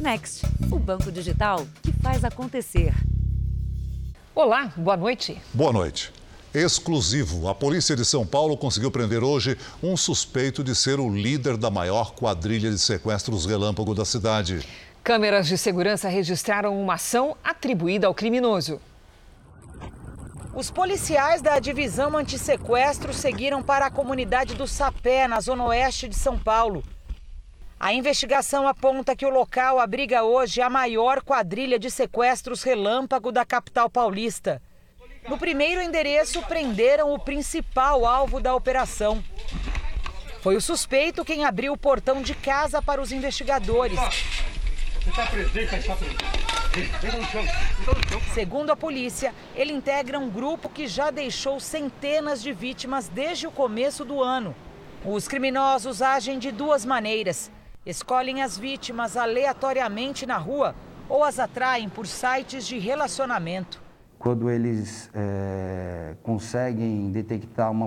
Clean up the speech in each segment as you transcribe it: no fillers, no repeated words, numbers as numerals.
Next, o banco digital que faz acontecer. Olá, boa noite. Boa noite. Exclusivo. A polícia de São Paulo conseguiu prender hoje um suspeito de ser o líder da maior quadrilha de sequestros relâmpago da cidade. Câmeras de segurança registraram uma ação atribuída ao criminoso. Os policiais da divisão antissequestro seguiram para a comunidade do Sapé, na zona oeste de São Paulo. A investigação aponta que o local abriga hoje a maior quadrilha de sequestros relâmpago da capital paulista. No primeiro endereço, prenderam o principal alvo da operação. Foi o suspeito quem abriu o portão de casa para os investigadores. Segundo a polícia, ele integra um grupo que já deixou centenas de vítimas desde o começo do ano. Os criminosos agem de duas maneiras. Escolhem as vítimas aleatoriamente na rua ou as atraem por sites de relacionamento. Quando eles conseguem detectar uma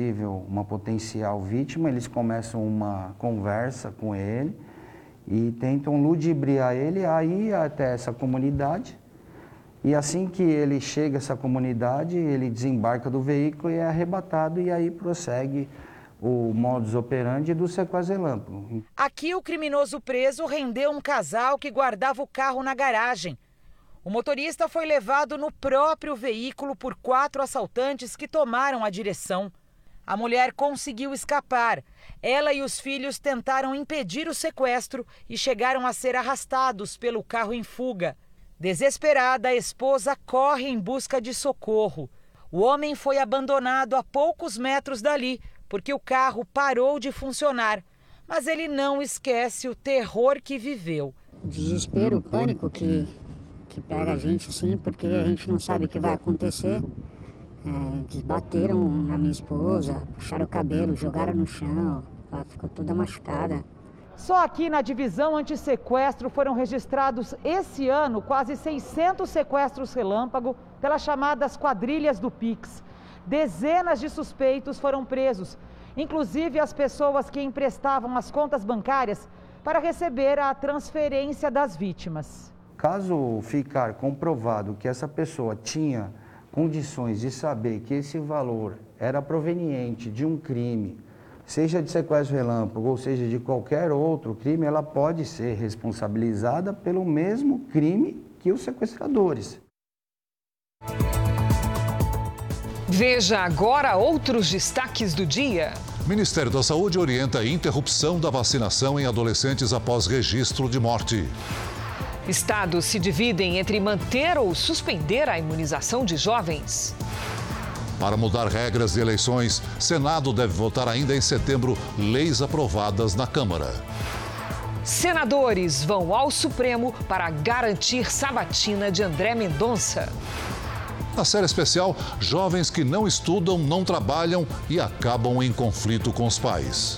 potencial vítima, eles começam uma conversa com ele e tentam ludibriar ele a ir até essa comunidade. E assim que ele chega a essa comunidade, ele desembarca do veículo e é arrebatado e aí prossegue o modus operandi do sequestro relâmpago. Aqui o criminoso preso rendeu um casal que guardava o carro na garagem. O motorista foi levado no próprio veículo por 4 assaltantes que tomaram a direção. A mulher conseguiu escapar. Ela e os filhos tentaram impedir o sequestro e chegaram a ser arrastados pelo carro em fuga. Desesperada, a esposa corre em busca de socorro. O homem foi abandonado a poucos metros dali, porque o carro parou de funcionar. Mas ele não esquece o terror que viveu. O desespero, o pânico que pega a gente, assim, porque a gente não sabe o que vai acontecer. Eles bateram na minha esposa, puxaram o cabelo, jogaram no chão, ela ficou toda machucada. Só aqui na divisão antissequestro foram registrados esse ano quase 600 sequestros relâmpago pelas chamadas quadrilhas do Pix. Dezenas de suspeitos foram presos, inclusive as pessoas que emprestavam as contas bancárias para receber a transferência das vítimas. Caso ficar comprovado que essa pessoa tinha condições de saber que esse valor era proveniente de um crime, seja de sequestro relâmpago ou seja de qualquer outro crime, ela pode ser responsabilizada pelo mesmo crime que os sequestradores. Veja agora outros destaques do dia. O Ministério da Saúde orienta a interrupção da vacinação em adolescentes após registro de morte. Estados se dividem entre manter ou suspender a imunização de jovens. Para mudar regras de eleições, Senado deve votar ainda em setembro leis aprovadas na Câmara. Senadores vão ao Supremo para garantir sabatina de André Mendonça. Na série especial, jovens que não estudam, não trabalham e acabam em conflito com os pais.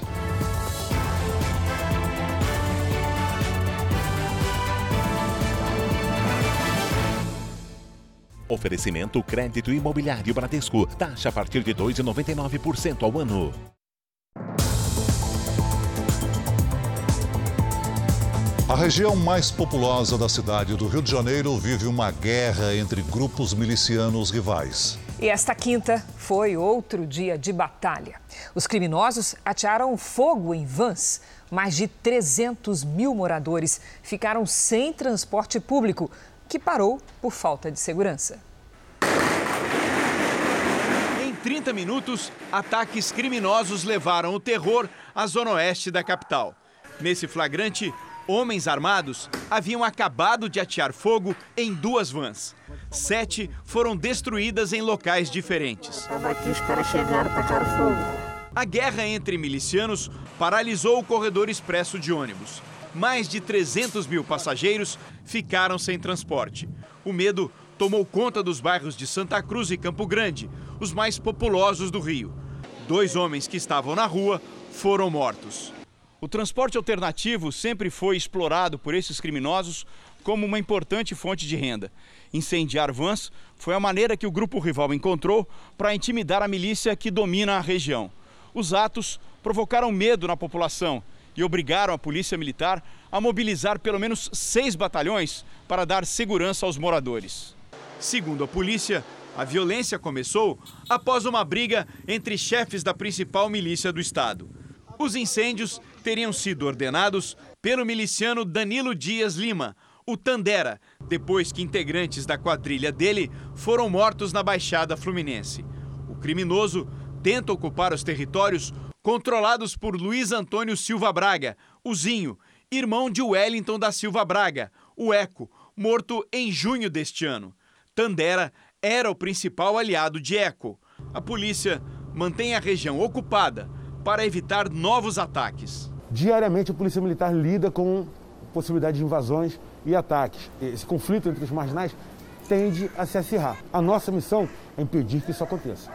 Oferecimento Crédito Imobiliário Bradesco. Taxa a partir de 2,99% ao ano. A região mais populosa da cidade do Rio de Janeiro vive uma guerra entre grupos milicianos rivais. E esta quinta foi outro dia de batalha. Os criminosos atearam fogo em vans. Mais de 300 mil moradores ficaram sem transporte público, que parou por falta de segurança. Em 30 minutos, ataques criminosos levaram o terror à zona oeste da capital. Nesse flagrante, homens armados haviam acabado de atear fogo em 2 vans. 7 foram destruídas em locais diferentes. Aqui os caras chegaram e tacaram fogo. A guerra entre milicianos paralisou o corredor expresso de ônibus. Mais de 300 mil passageiros ficaram sem transporte. O medo tomou conta dos bairros de Santa Cruz e Campo Grande, os mais populosos do Rio. 2 homens que estavam na rua foram mortos. O transporte alternativo sempre foi explorado por esses criminosos como uma importante fonte de renda. Incendiar vans foi a maneira que o grupo rival encontrou para intimidar a milícia que domina a região. Os atos provocaram medo na população e obrigaram a Polícia Militar a mobilizar pelo menos 6 batalhões para dar segurança aos moradores. Segundo a polícia, a violência começou após uma briga entre chefes da principal milícia do estado. Os incêndios teriam sido ordenados pelo miliciano Danilo Dias Lima, o Tandera, depois que integrantes da quadrilha dele foram mortos na Baixada Fluminense. O criminoso tenta ocupar os territórios controlados por Luiz Antônio Silva Braga, o Zinho, irmão de Wellington da Silva Braga, o Eco, morto em junho deste ano. Tandera era o principal aliado de Eco. A polícia mantém a região ocupada para evitar novos ataques. Diariamente a Polícia Militar lida com possibilidade de invasões e ataques. Esse conflito entre os marginais tende a se acirrar. A nossa missão é impedir que isso aconteça.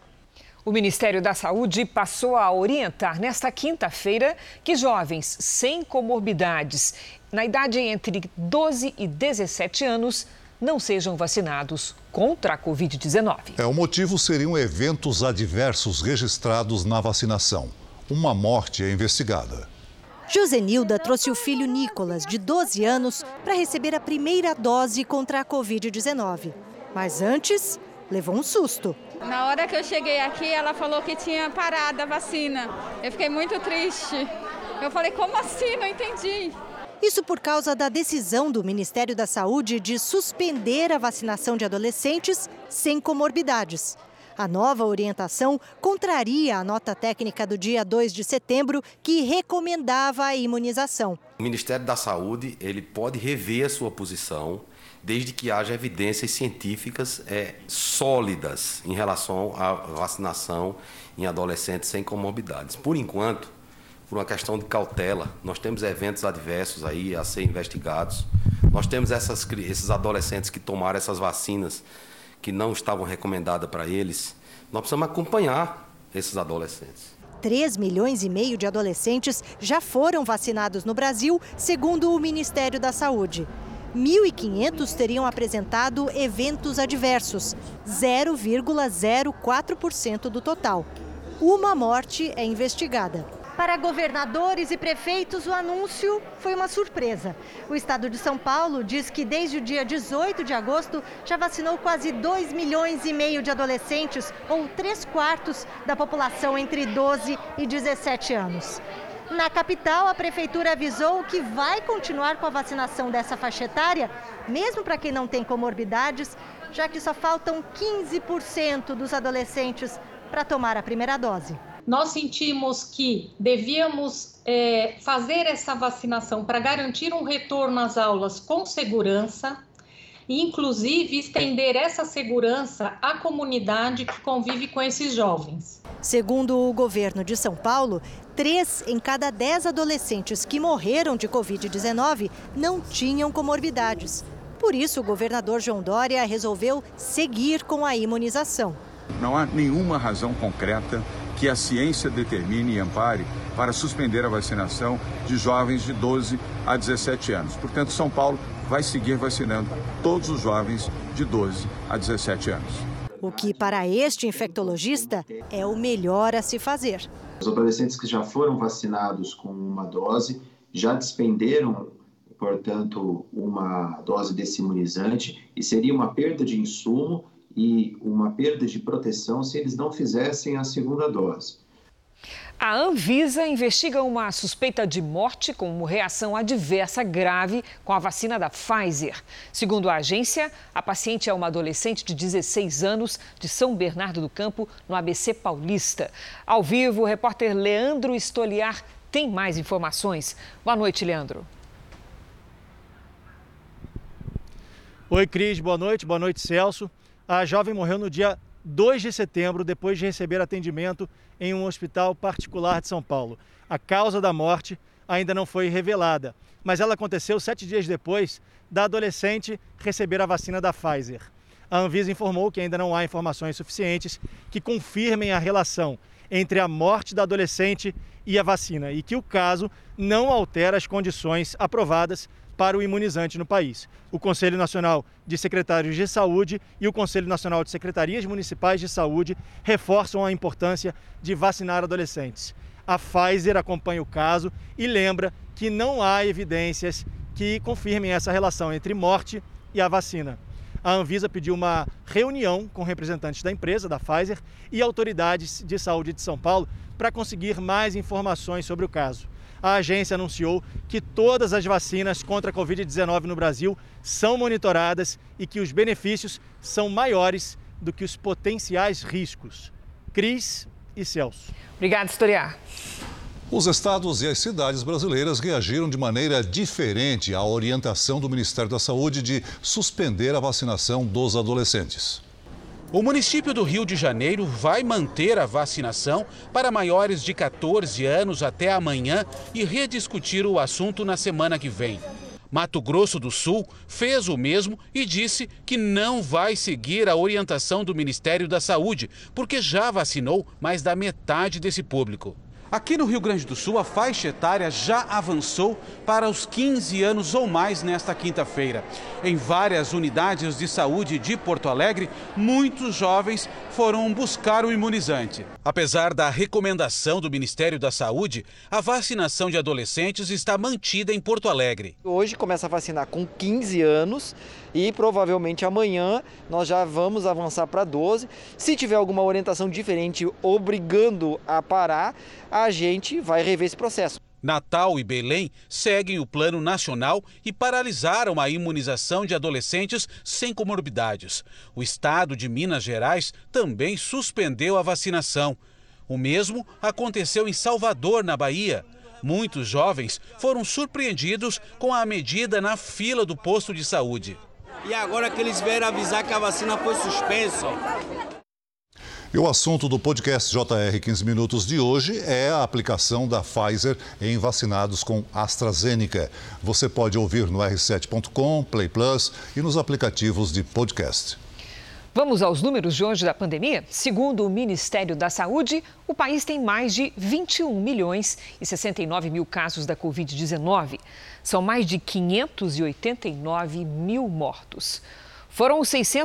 O Ministério da Saúde passou a orientar nesta quinta-feira que jovens sem comorbidades na idade entre 12 e 17 anos não sejam vacinados contra a Covid-19. O motivo seriam eventos adversos registrados na vacinação. Uma morte é investigada. Josenilda trouxe o filho Nicolas, de 12 anos, para receber a primeira dose contra a Covid-19. Mas antes, levou um susto. Na hora que eu cheguei aqui, ela falou que tinha parado a vacina. Eu fiquei muito triste. Eu falei, como assim? Não entendi. Isso por causa da decisão do Ministério da Saúde de suspender a vacinação de adolescentes sem comorbidades. A nova orientação contraria a nota técnica do dia 2 de setembro, que recomendava a imunização. O Ministério da Saúde ele pode rever a sua posição, desde que haja evidências científicas sólidas em relação à vacinação em adolescentes sem comorbidades. Por enquanto, por uma questão de cautela, nós temos eventos adversos aí a ser investigados. Nós temos esses adolescentes que tomaram essas vacinas que não estavam recomendadas para eles. Nós precisamos acompanhar esses adolescentes. 3,5 milhões de adolescentes já foram vacinados no Brasil, segundo o Ministério da Saúde. 1.500 teriam apresentado eventos adversos, 0,04% do total. Uma morte é investigada. Para governadores e prefeitos, o anúncio foi uma surpresa. O estado de São Paulo diz que desde o dia 18 de agosto já vacinou quase 2,5 milhões de adolescentes, ou 3/4 da população entre 12 e 17 anos. Na capital, a prefeitura avisou que vai continuar com a vacinação dessa faixa etária, mesmo para quem não tem comorbidades, já que só faltam 15% dos adolescentes para tomar a primeira dose. Nós sentimos que devíamos fazer essa vacinação para garantir um retorno às aulas com segurança e, inclusive, estender essa segurança à comunidade que convive com esses jovens. Segundo o governo de São Paulo, 3 em cada 10 adolescentes que morreram de Covid-19 não tinham comorbidades. Por isso, o governador João Dória resolveu seguir com a imunização. Não há nenhuma razão concreta que a ciência determine e ampare para suspender a vacinação de jovens de 12 a 17 anos. Portanto, São Paulo vai seguir vacinando todos os jovens de 12 a 17 anos. O que, para este infectologista, é o melhor a se fazer. Os adolescentes que já foram vacinados com uma dose já dispenderam, portanto, uma dose desse imunizante, e seria uma perda de insumo e uma perda de proteção se eles não fizessem a segunda dose. A Anvisa investiga uma suspeita de morte como reação adversa grave com a vacina da Pfizer. Segundo a agência, a paciente é uma adolescente de 16 anos de São Bernardo do Campo, no ABC Paulista. Ao vivo, o repórter Leandro Stoliar tem mais informações. Boa noite, Leandro. Oi, Cris. Boa noite, Celso. A jovem morreu no dia 2 de setembro, depois de receber atendimento em um hospital particular de São Paulo. A causa da morte ainda não foi revelada, mas ela aconteceu 7 dias depois da adolescente receber a vacina da Pfizer. A Anvisa informou que ainda não há informações suficientes que confirmem a relação entre a morte da adolescente e a vacina e que o caso não altera as condições aprovadas para o imunizante no país. O Conselho Nacional de Secretários de Saúde e o Conselho Nacional de Secretarias Municipais de Saúde reforçam a importância de vacinar adolescentes. A Pfizer acompanha o caso e lembra que não há evidências que confirmem essa relação entre morte e a vacina. A Anvisa pediu uma reunião com representantes da empresa, da Pfizer, e autoridades de saúde de São Paulo para conseguir mais informações sobre o caso. A agência anunciou que todas as vacinas contra a Covid-19 no Brasil são monitoradas e que os benefícios são maiores do que os potenciais riscos. Cris e Celso. Obrigada, Historiar. Os estados e as cidades brasileiras reagiram de maneira diferente à orientação do Ministério da Saúde de suspender a vacinação dos adolescentes. O município do Rio de Janeiro vai manter a vacinação para maiores de 14 anos até amanhã e rediscutir o assunto na semana que vem. Mato Grosso do Sul fez o mesmo e disse que não vai seguir a orientação do Ministério da Saúde, porque já vacinou mais da metade desse público. Aqui no Rio Grande do Sul, a faixa etária já avançou para os 15 anos ou mais nesta quinta-feira. Em várias unidades de saúde de Porto Alegre, muitos jovens foram buscar o imunizante. Apesar da recomendação do Ministério da Saúde, a vacinação de adolescentes está mantida em Porto Alegre. Hoje começa a vacinar com 15 anos e provavelmente amanhã nós já vamos avançar para 12. Se tiver alguma orientação diferente obrigando a parar, a gente vai rever esse processo. Natal e Belém seguem o plano nacional e paralisaram a imunização de adolescentes sem comorbidades. O estado de Minas Gerais também suspendeu a vacinação. O mesmo aconteceu em Salvador, na Bahia. Muitos jovens foram surpreendidos com a medida na fila do posto de saúde. E agora que eles vieram avisar que a vacina foi suspensa. E o assunto do podcast JR 15 Minutos de hoje é a aplicação da Pfizer em vacinados com AstraZeneca. Você pode ouvir no r7.com, Play Plus e nos aplicativos de podcast. Vamos aos números de hoje da pandemia? Segundo o Ministério da Saúde, o país tem mais de 21 milhões e 69 mil casos da Covid-19. São mais de 589 mil mortos. Foram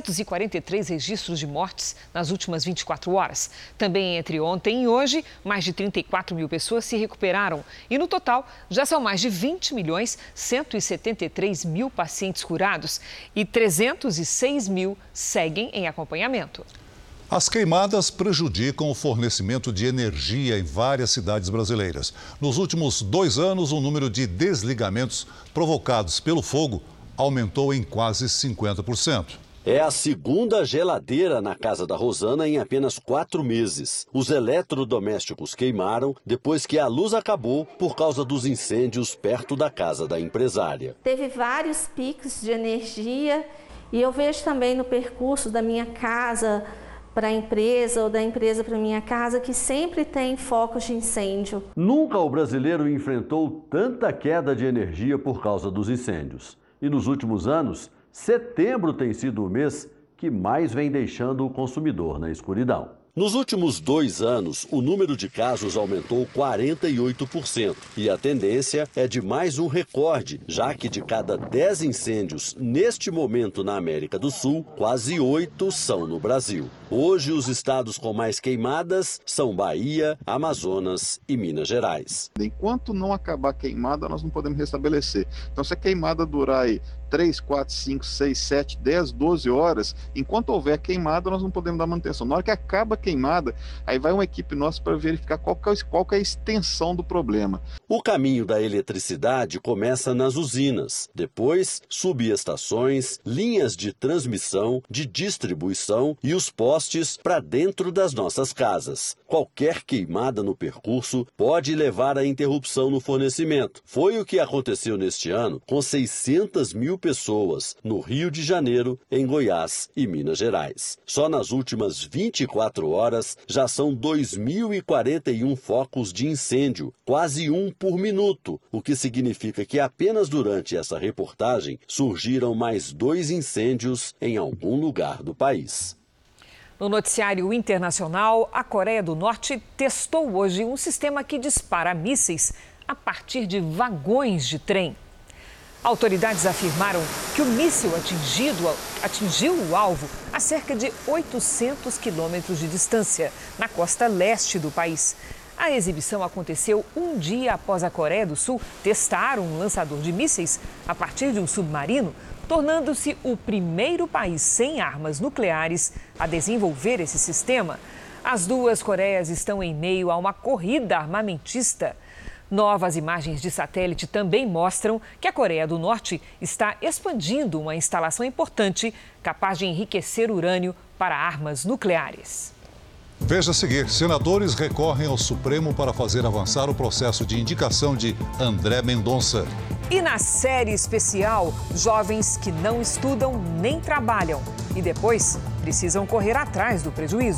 643 registros de mortes nas últimas 24 horas. Também entre ontem e hoje, mais de 34 mil pessoas se recuperaram. E no total, já são mais de 20 milhões 173 mil pacientes curados e 306 mil seguem em acompanhamento. As queimadas prejudicam o fornecimento de energia em várias cidades brasileiras. Nos últimos 2 anos, o número de desligamentos provocados pelo fogo aumentou em quase 50%. É a segunda geladeira na casa da Rosana em apenas 4 meses. Os eletrodomésticos queimaram depois que a luz acabou por causa dos incêndios perto da casa da empresária. Teve vários picos de energia e eu vejo também no percurso da minha casa para a empresa ou da empresa para a minha casa que sempre tem focos de incêndio. Nunca o brasileiro enfrentou tanta queda de energia por causa dos incêndios. E nos últimos anos, setembro tem sido o mês que mais vem deixando o consumidor na escuridão. Nos últimos 2 anos, o número de casos aumentou 48% e a tendência é de mais um recorde, já que de cada 10 incêndios neste momento na América do Sul, quase 8 são no Brasil. Hoje, os estados com mais queimadas são Bahia, Amazonas e Minas Gerais. Enquanto não acabar a queimada, nós não podemos restabelecer. Então, se a queimada durar aí 3, 4, 5, 6, 7, 10, 12 horas, enquanto houver queimada, nós não podemos dar manutenção. Na hora que acaba a queimada, aí vai uma equipe nossa para verificar qual que é a extensão do problema. O caminho da eletricidade começa nas usinas, depois subestações, linhas de transmissão, de distribuição e os postes para dentro das nossas casas. Qualquer queimada no percurso pode levar à interrupção no fornecimento. Foi o que aconteceu neste ano com 600 mil pessoas no Rio de Janeiro, em Goiás e Minas Gerais. Só nas últimas 24 horas já são 2.041 focos de incêndio, quase um por minuto, o que significa que apenas durante essa reportagem surgiram mais 2 incêndios em algum lugar do país. No noticiário internacional, a Coreia do Norte testou hoje um sistema que dispara mísseis a partir de vagões de trem. Autoridades afirmaram que o míssil atingiu o alvo a cerca de 800 quilômetros de distância, na costa leste do país. A exibição aconteceu um dia após a Coreia do Sul testar um lançador de mísseis a partir de um submarino, tornando-se o primeiro país sem armas nucleares a desenvolver esse sistema. As duas Coreias estão em meio a uma corrida armamentista. Novas imagens de satélite também mostram que a Coreia do Norte está expandindo uma instalação importante capaz de enriquecer urânio para armas nucleares. Veja a seguir, senadores recorrem ao Supremo para fazer avançar o processo de indicação de André Mendonça. E na série especial, jovens que não estudam nem trabalham e depois precisam correr atrás do prejuízo.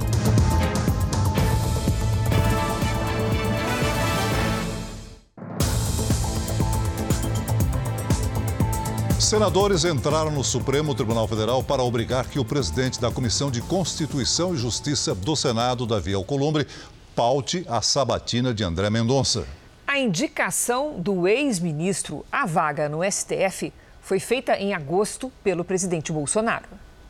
Senadores entraram no Supremo Tribunal Federal para obrigar que o presidente da Comissão de Constituição e Justiça do Senado, Davi Alcolumbre, paute a sabatina de André Mendonça. A indicação do ex-ministro à vaga no STF foi feita em agosto pelo presidente Bolsonaro.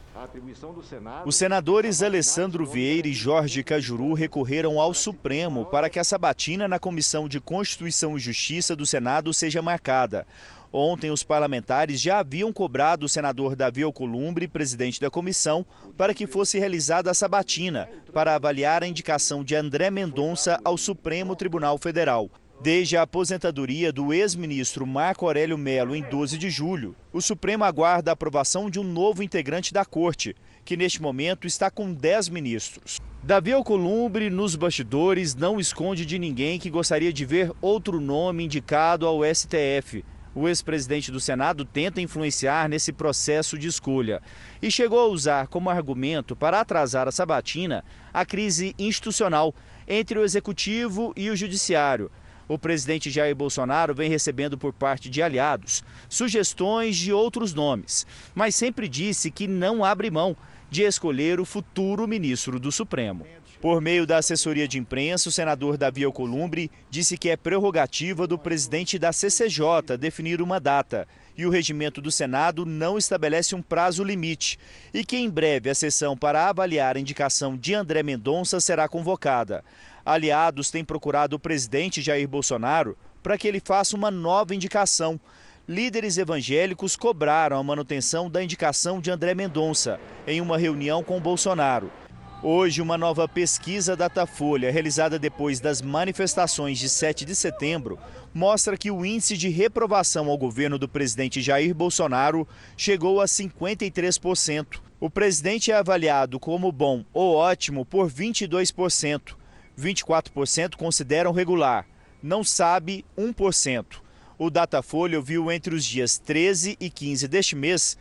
Os senadores Alessandro Vieira e Jorge Cajuru recorreram ao Supremo para que a sabatina na Comissão de Constituição e Justiça do Senado seja marcada. Ontem, os parlamentares já haviam cobrado o senador Davi Alcolumbre, presidente da comissão, para que fosse realizada a sabatina para avaliar a indicação de André Mendonça ao Supremo Tribunal Federal. Desde a aposentadoria do ex-ministro Marco Aurélio Mello em 12 de julho, o Supremo aguarda a aprovação de um novo integrante da Corte, que neste momento está com 10 ministros. Davi Alcolumbre, nos bastidores, não esconde de ninguém que gostaria de ver outro nome indicado ao STF. O ex-presidente do Senado tenta influenciar nesse processo de escolha e chegou a usar como argumento para atrasar a sabatina a crise institucional entre o Executivo e o Judiciário. O presidente Jair Bolsonaro vem recebendo por parte de aliados sugestões de outros nomes, mas sempre disse que não abre mão de escolher o futuro ministro do Supremo. Por meio da assessoria de imprensa, o senador Davi Alcolumbre disse que é prerrogativa do presidente da CCJ definir uma data e o regimento do Senado não estabelece um prazo limite e que em breve a sessão para avaliar a indicação de André Mendonça será convocada. Aliados têm procurado o presidente Jair Bolsonaro para que ele faça uma nova indicação. Líderes evangélicos cobraram a manutenção da indicação de André Mendonça em uma reunião com Bolsonaro. Hoje, uma nova pesquisa Datafolha, realizada depois das manifestações de 7 de setembro, mostra que o índice de reprovação ao governo do presidente Jair Bolsonaro chegou a 53%. O presidente é avaliado como bom ou ótimo por 22%. 24% consideram regular. Não sabe 1%. O Datafolha ouviu entre os dias 13 e 15 deste mês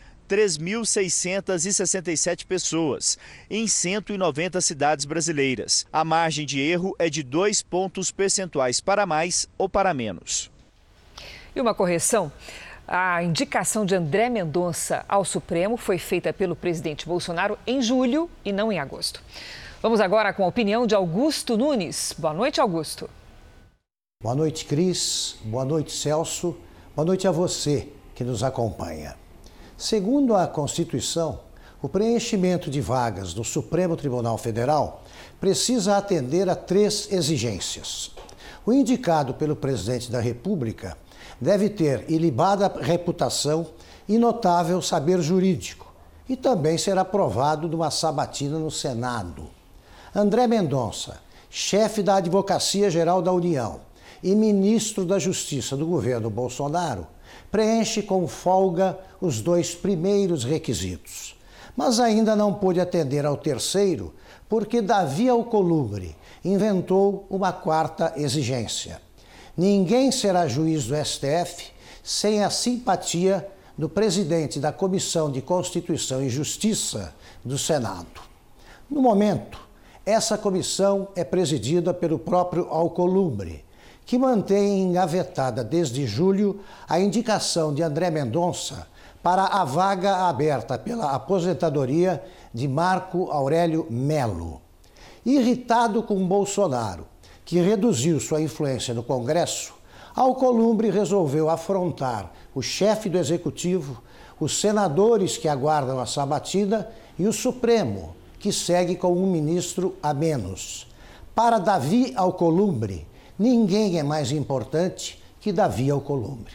3.667 pessoas, em 190 cidades brasileiras. A margem de erro é de 2 pontos percentuais para mais ou para menos. E uma correção. A indicação de André Mendonça ao Supremo foi feita pelo presidente Bolsonaro em julho e não em agosto. Vamos agora com a opinião de Augusto Nunes. Boa noite, Augusto. Boa noite, Cris. Boa noite, Celso. Boa noite a você que nos acompanha. Segundo a Constituição, o preenchimento de vagas no Supremo Tribunal Federal precisa atender a 3 exigências. O indicado pelo presidente da República deve ter ilibada reputação e notável saber jurídico e também ser aprovado numa sabatina no Senado. André Mendonça, chefe da Advocacia Geral da União e ministro da Justiça do governo Bolsonaro, preenche com folga os 2 primeiros requisitos. Mas ainda não pôde atender ao terceiro porque Davi Alcolumbre inventou uma 4ª exigência. Ninguém será juiz do STF sem a simpatia do presidente da Comissão de Constituição e Justiça do Senado. No momento, essa comissão é presidida pelo próprio Alcolumbre, que mantém engavetada desde julho a indicação de André Mendonça para a vaga aberta pela aposentadoria de Marco Aurélio Mello. Irritado com Bolsonaro, que reduziu sua influência no Congresso, Alcolumbre resolveu afrontar o chefe do Executivo, os senadores que aguardam a sabatina e o Supremo, que segue com um ministro a menos. Para Davi Alcolumbre, ninguém é mais importante que Davi Alcolumbre.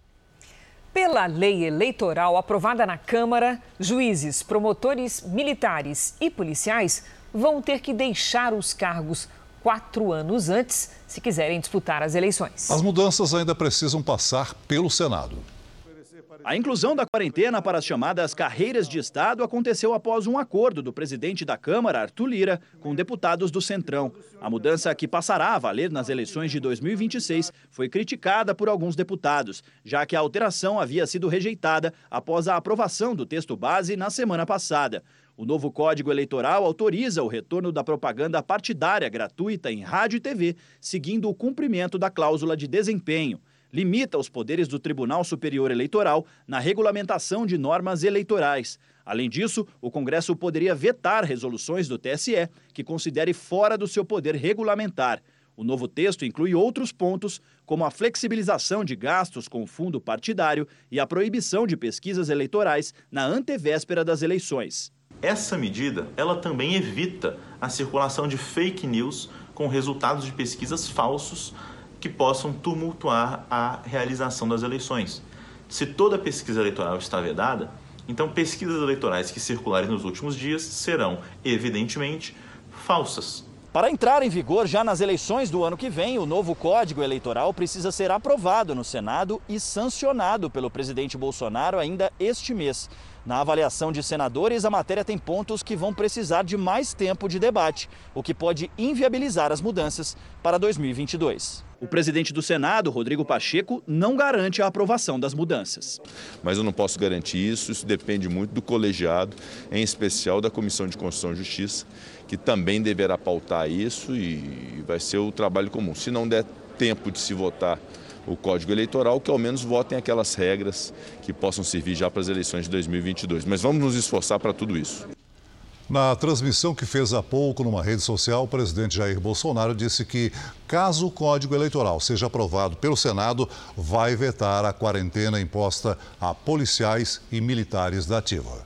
Pela lei eleitoral aprovada na Câmara, juízes, promotores militares e policiais vão ter que deixar os cargos 4 anos antes, se quiserem disputar as eleições. As mudanças ainda precisam passar pelo Senado. A inclusão da quarentena para as chamadas carreiras de Estado aconteceu após um acordo do presidente da Câmara, Arthur Lira, com deputados do Centrão. A mudança, que passará a valer nas eleições de 2026, foi criticada por alguns deputados, já que a alteração havia sido rejeitada após a aprovação do texto base na semana passada. O novo Código Eleitoral autoriza o retorno da propaganda partidária gratuita em rádio e TV, seguindo o cumprimento da cláusula de desempenho. Limita os poderes do Tribunal Superior Eleitoral na regulamentação de normas eleitorais. Além disso, o Congresso poderia vetar resoluções do TSE que considere fora do seu poder regulamentar. O novo texto inclui outros pontos, como a flexibilização de gastos com o fundo partidário e a proibição de pesquisas eleitorais na antevéspera das eleições. Essa medida, ela também evita a circulação de fake news com resultados de pesquisas falsos que possam tumultuar a realização das eleições. Se toda pesquisa eleitoral está vedada, então pesquisas eleitorais que circularem nos últimos dias serão, evidentemente, falsas. Para entrar em vigor já nas eleições do ano que vem, o novo Código Eleitoral precisa ser aprovado no Senado e sancionado pelo presidente Bolsonaro ainda este mês. Na avaliação de senadores, a matéria tem pontos que vão precisar de mais tempo de debate, o que pode inviabilizar as mudanças para 2022. O presidente do Senado, Rodrigo Pacheco, não garante a aprovação das mudanças. Mas eu não posso garantir isso depende muito do colegiado, em especial da Comissão de Constituição e Justiça, que também deverá pautar isso e vai ser o trabalho comum. Se não der tempo de se votar o Código Eleitoral, que ao menos votem aquelas regras que possam servir já para as eleições de 2022. Mas vamos nos esforçar para tudo isso. Na transmissão que fez há pouco numa rede social, o presidente Jair Bolsonaro disse que, caso o Código Eleitoral seja aprovado pelo Senado, vai vetar a quarentena imposta a policiais e militares da ativa.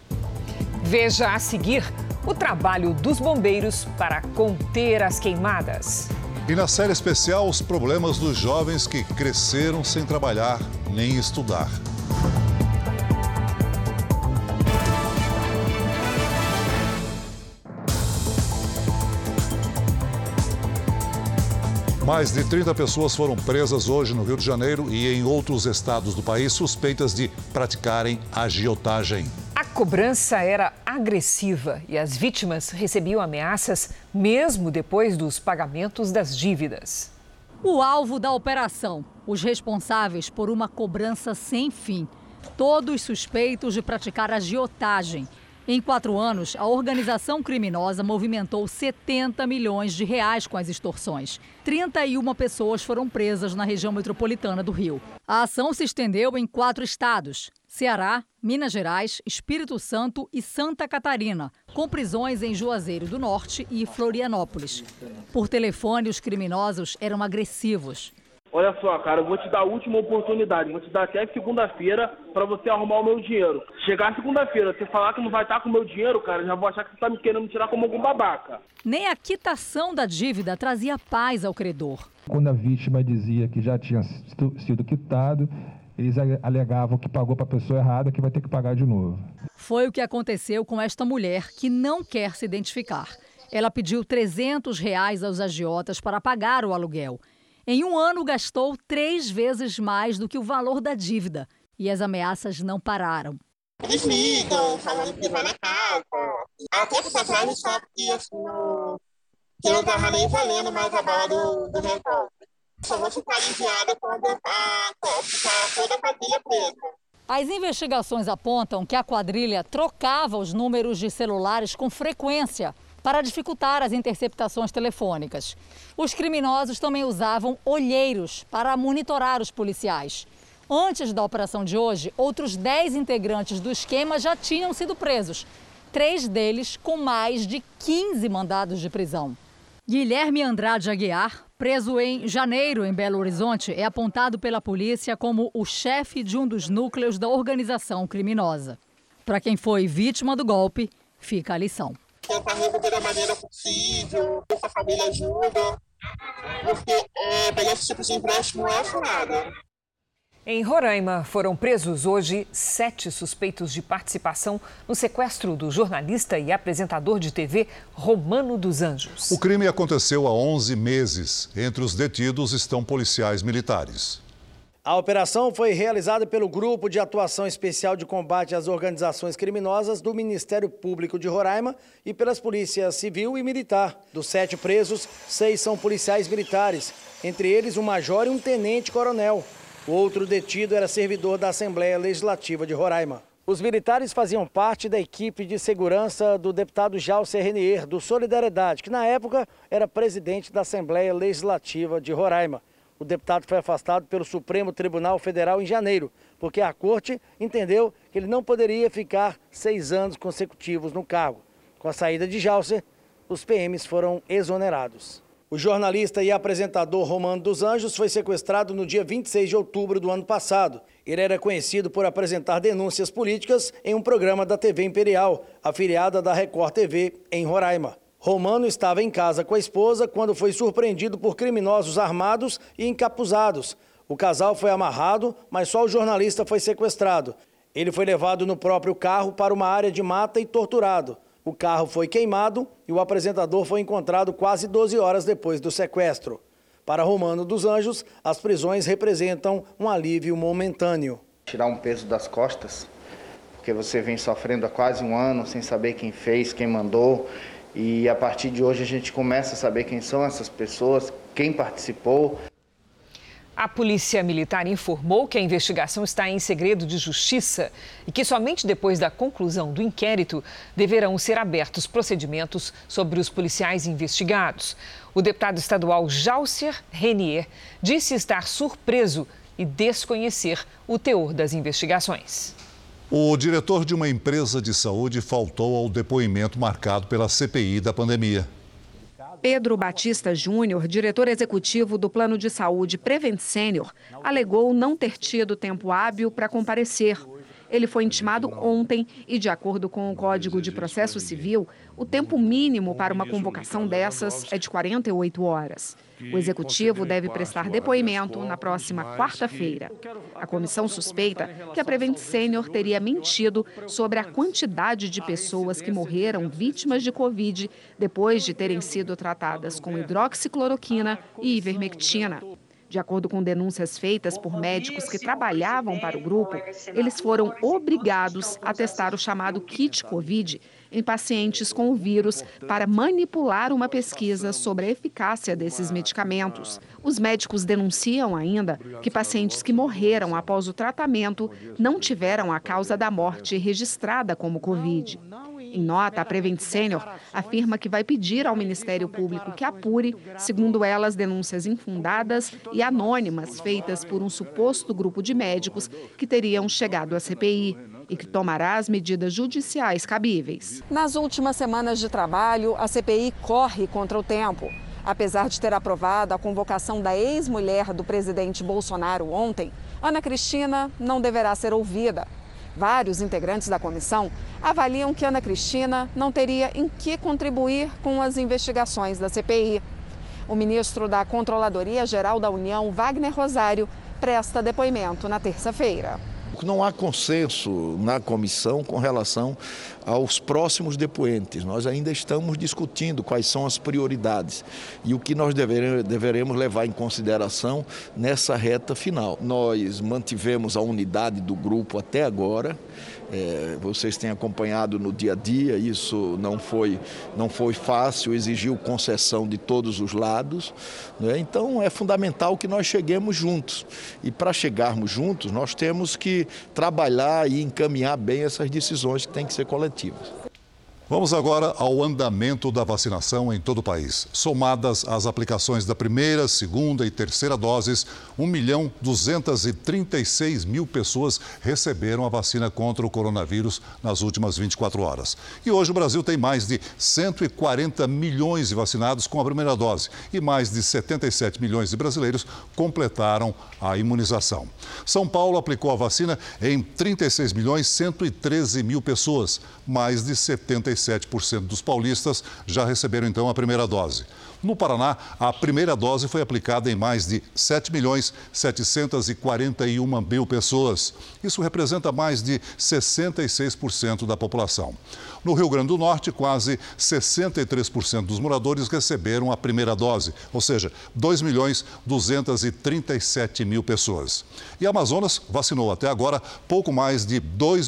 Veja a seguir o trabalho dos bombeiros para conter as queimadas. E na série especial, os problemas dos jovens que cresceram sem trabalhar nem estudar. Mais de 30 pessoas foram presas hoje no Rio de Janeiro e em outros estados do país suspeitas de praticarem agiotagem. A cobrança era agressiva e as vítimas recebiam ameaças mesmo depois dos pagamentos das dívidas. O alvo da operação, os responsáveis por uma cobrança sem fim, todos suspeitos de praticar agiotagem. Em 4 anos, a organização criminosa movimentou 70 milhões de reais com as extorsões. 31 pessoas foram presas na região metropolitana do Rio. A ação se estendeu em 4 estados: Ceará, Minas Gerais, Espírito Santo e Santa Catarina, com prisões em Juazeiro do Norte e Florianópolis. Por telefone, os criminosos eram agressivos. Olha só, cara, eu vou te dar a última oportunidade, vou te dar até segunda-feira para você arrumar o meu dinheiro. Chegar segunda-feira, você falar que não vai estar com o meu dinheiro, cara, eu já vou achar que você está me querendo tirar como algum babaca. Nem a quitação da dívida trazia paz ao credor. Quando a vítima dizia que já tinha sido quitado, eles alegavam que pagou para a pessoa errada, que vai ter que pagar de novo. Foi o que aconteceu com esta mulher que não quer se identificar. Ela pediu R$300 aos agiotas para pagar o aluguel. Em 1 ano, gastou 3 vezes mais do que o valor da dívida. E as ameaças não pararam. Eles ligam, falando que vai na casa. Há tempos atrás, eles falaram que não estava nem valendo mais a bala do revólver. Só vou ficar aliviada quando ficar toda a quadrilha presa. As investigações apontam que a quadrilha trocava os números de celulares com frequência para dificultar as interceptações telefônicas. Os criminosos também usavam olheiros para monitorar os policiais. Antes da operação de hoje, outros 10 integrantes do esquema já tinham sido presos. 3 deles com mais de 15 mandados de prisão. Guilherme Andrade Aguiar, preso em janeiro em Belo Horizonte, é apontado pela polícia como o chefe de um dos núcleos da organização criminosa. Para quem foi vítima do golpe, fica a lição. tentar resolver da maneira possível, ver se a família ajuda, porque pegar esse tipo de empréstimo não é furada. Em Roraima, foram presos hoje 7 suspeitos de participação no sequestro do jornalista e apresentador de TV Romano dos Anjos. O crime aconteceu há 11 meses. Entre os detidos estão policiais militares. A operação foi realizada pelo Grupo de Atuação Especial de Combate às Organizações Criminosas do Ministério Público de Roraima e pelas polícias civil e militar. Dos 7 presos, 6 são policiais militares, entre eles um major e um tenente-coronel. O outro detido era servidor da Assembleia Legislativa de Roraima. Os militares faziam parte da equipe de segurança do deputado Jalcer Renier, do Solidariedade, que na época era presidente da Assembleia Legislativa de Roraima. O deputado foi afastado pelo Supremo Tribunal Federal em janeiro, porque a corte entendeu que ele não poderia ficar 6 anos consecutivos no cargo. Com a saída de Jalcer, os PMs foram exonerados. O jornalista e apresentador Romano dos Anjos foi sequestrado no dia 26 de outubro do ano passado. Ele era conhecido por apresentar denúncias políticas em um programa da TV Imperial, afiliada da Record TV, em Roraima. Romano estava em casa com a esposa quando foi surpreendido por criminosos armados e encapuzados. O casal foi amarrado, mas só o jornalista foi sequestrado. Ele foi levado no próprio carro para uma área de mata e torturado. O carro foi queimado e o apresentador foi encontrado quase 12 horas depois do sequestro. Para Romano dos Anjos, as prisões representam um alívio momentâneo. Tirar um peso das costas, porque você vem sofrendo há quase um ano sem saber quem fez, quem mandou. E a partir de hoje a gente começa a saber quem são essas pessoas, quem participou. A Polícia Militar informou que a investigação está em segredo de justiça e que somente depois da conclusão do inquérito deverão ser abertos procedimentos sobre os policiais investigados. O deputado estadual Jalcer Renier disse estar surpreso e desconhecer o teor das investigações. O diretor de uma empresa de saúde faltou ao depoimento marcado pela CPI da pandemia. Pedro Batista Júnior, diretor executivo do Plano de Saúde Prevent Senior, alegou não ter tido tempo hábil para comparecer. Ele foi intimado ontem e, de acordo com o Código de Processo Civil, o tempo mínimo para uma convocação dessas é de 48 horas. O executivo deve prestar depoimento na próxima quarta-feira. A comissão suspeita que a Prevent Senior teria mentido sobre a quantidade de pessoas que morreram vítimas de Covid depois de terem sido tratadas com hidroxicloroquina e ivermectina. De acordo com denúncias feitas por médicos que trabalhavam para o grupo, eles foram obrigados a testar o chamado kit Covid em pacientes com o vírus para manipular uma pesquisa sobre a eficácia desses medicamentos. Os médicos denunciam ainda que pacientes que morreram após o tratamento não tiveram a causa da morte registrada como Covid. Em nota, a Prevent Senior afirma que vai pedir ao Ministério Público que apure, segundo ela, as denúncias infundadas e anônimas feitas por um suposto grupo de médicos que teriam chegado à CPI e que tomará as medidas judiciais cabíveis. Nas últimas semanas de trabalho, a CPI corre contra o tempo. Apesar de ter aprovado a convocação da ex-mulher do presidente Bolsonaro ontem, Ana Cristina não deverá ser ouvida. Vários integrantes da comissão avaliam que Ana Cristina não teria em que contribuir com as investigações da CPI. O ministro da Controladoria Geral da União, Wagner Rosário, presta depoimento na terça-feira. Não há consenso na comissão com relação aos próximos depoentes. Nós ainda estamos discutindo quais são as prioridades e o que nós deveremos levar em consideração nessa reta final. Nós mantivemos a unidade do grupo até agora. Vocês têm acompanhado no dia a dia, isso não foi fácil, exigiu concessão de todos os lados, né? Então é fundamental que nós cheguemos juntos e para chegarmos juntos nós temos que trabalhar e encaminhar bem essas decisões que têm que ser coletivas. Vamos agora ao andamento da vacinação em todo o país. Somadas as aplicações da primeira, segunda e terceira doses, 1.236.000 pessoas receberam a vacina contra o coronavírus nas últimas 24 horas. E hoje o Brasil tem mais de 140 milhões de vacinados com a primeira dose e mais de 77 milhões de brasileiros completaram a imunização. São Paulo aplicou a vacina em 36.113.000 pessoas, mais de 76% 57% dos paulistas já receberam, então, a primeira dose. No Paraná, a primeira dose foi aplicada em mais de 7.741.000 pessoas. Isso representa mais de 66% da população. No Rio Grande do Norte, quase 63% dos moradores receberam a primeira dose, ou seja, 2.237.000 pessoas. E Amazonas vacinou até agora pouco mais de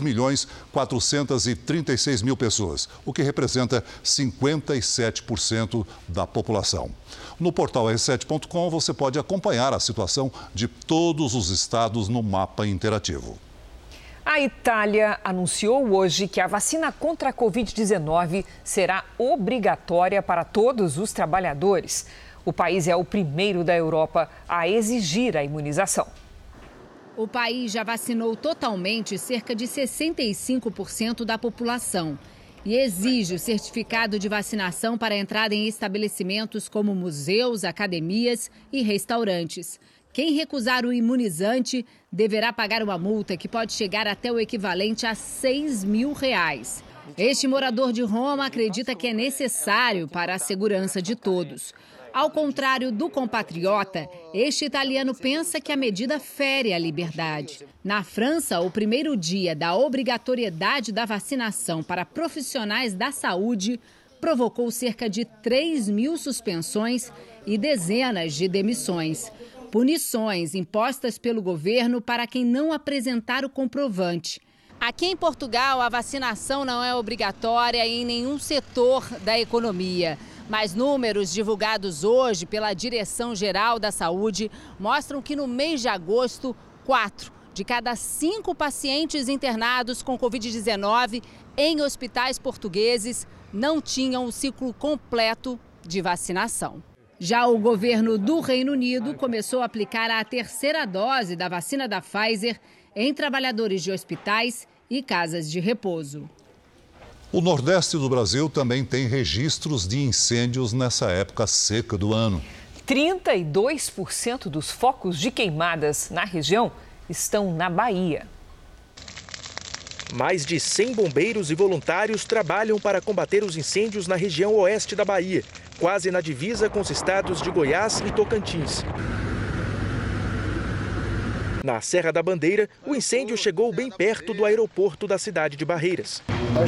2.436.000 pessoas, o que representa 57% da população. No portal r7.com você pode acompanhar a situação de todos os estados no mapa interativo. A Itália anunciou hoje que a vacina contra a Covid-19 será obrigatória para todos os trabalhadores. O país é o primeiro da Europa a exigir a imunização. O país já vacinou totalmente cerca de 65% da população e exige o certificado de vacinação para entrada em estabelecimentos como museus, academias e restaurantes. Quem recusar o imunizante deverá pagar uma multa que pode chegar até o equivalente a R$6.000. Este morador de Roma acredita que é necessário para a segurança de todos. Ao contrário do compatriota, este italiano pensa que a medida fere a liberdade. Na França, o primeiro dia da obrigatoriedade da vacinação para profissionais da saúde provocou cerca de 3.000 suspensões e dezenas de demissões. Punições impostas pelo governo para quem não apresentar o comprovante. Aqui em Portugal, a vacinação não é obrigatória em nenhum setor da economia. Mas números divulgados hoje pela Direção-Geral da Saúde mostram que no mês de agosto, 4 de cada 5 pacientes internados com Covid-19 em hospitais portugueses não tinham o ciclo completo de vacinação. Já o governo do Reino Unido começou a aplicar a terceira dose da vacina da Pfizer em trabalhadores de hospitais e casas de repouso. O Nordeste do Brasil também tem registros de incêndios nessa época seca do ano. 32% dos focos de queimadas na região estão na Bahia. Mais de 100 bombeiros e voluntários trabalham para combater os incêndios na região oeste da Bahia, quase na divisa com os estados de Goiás e Tocantins. Na Serra da Bandeira, o incêndio chegou bem perto do aeroporto da cidade de Barreiras.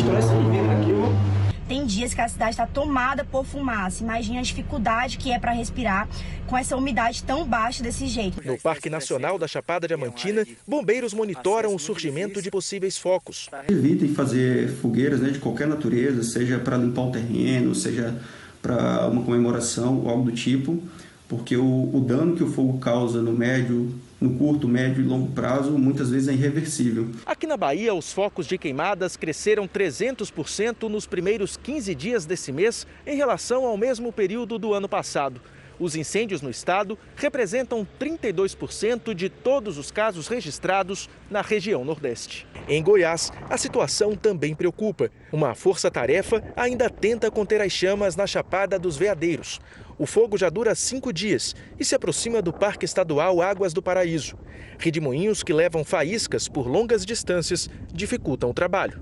Tem dias que a cidade está tomada por fumaça. Imagina a dificuldade que é para respirar com essa umidade tão baixa desse jeito. No Parque Nacional da Chapada Diamantina, bombeiros monitoram o surgimento de possíveis focos. Evitem fazer fogueiras, de qualquer natureza, seja para limpar o terreno, seja para uma comemoração ou algo do tipo, porque o dano que o fogo causa no curto, médio e longo prazo, muitas vezes é irreversível. Aqui na Bahia, os focos de queimadas cresceram 300% nos primeiros 15 dias desse mês em relação ao mesmo período do ano passado. Os incêndios no estado representam 32% de todos os casos registrados na região Nordeste. Em Goiás, a situação também preocupa. Uma força-tarefa ainda tenta conter as chamas na Chapada dos Veadeiros. O fogo já dura 5 dias e se aproxima do Parque Estadual Águas do Paraíso. Redemoinhos que levam faíscas por longas distâncias dificultam o trabalho.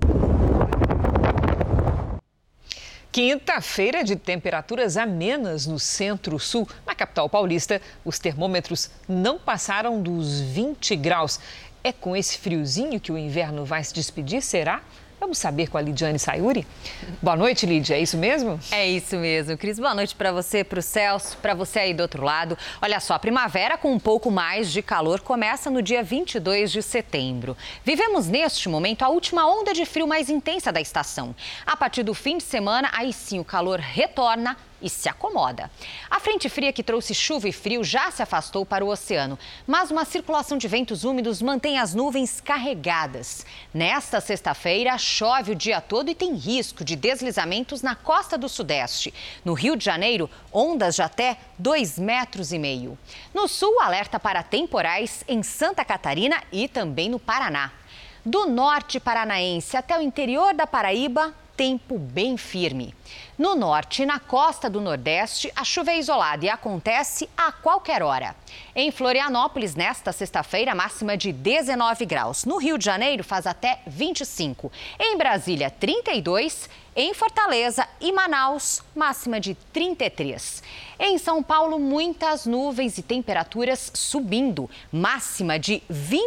Quinta-feira de temperaturas amenas no centro-sul. Na capital paulista, os termômetros não passaram dos 20 graus. É com esse friozinho que o inverno vai se despedir, será? Vamos saber com a Lidiane Sayuri? Boa noite, Lídia. É isso mesmo? É isso mesmo, Cris. Boa noite para você, para o Celso, para você aí do outro lado. Olha só, a primavera com um pouco mais de calor começa no dia 22 de setembro. Vivemos neste momento a última onda de frio mais intensa da estação. A partir do fim de semana, aí sim o calor retorna e se acomoda. A frente fria que trouxe chuva e frio já se afastou para o oceano, mas uma circulação de ventos úmidos mantém as nuvens carregadas. Nesta sexta-feira, chove o dia todo e tem risco de deslizamentos na costa do Sudeste. No Rio de Janeiro, ondas de até 2,5 metros. No sul, alerta para temporais em Santa Catarina e também no Paraná. Do norte paranaense até o interior da Paraíba, tempo bem firme. No norte e na costa do Nordeste, a chuva é isolada e acontece a qualquer hora. Em Florianópolis, nesta sexta-feira, máxima de 19 graus. No Rio de Janeiro, faz até 25. Em Brasília, 32. Em Fortaleza e Manaus, máxima de 33. Em São Paulo, muitas nuvens e temperaturas subindo. Máxima de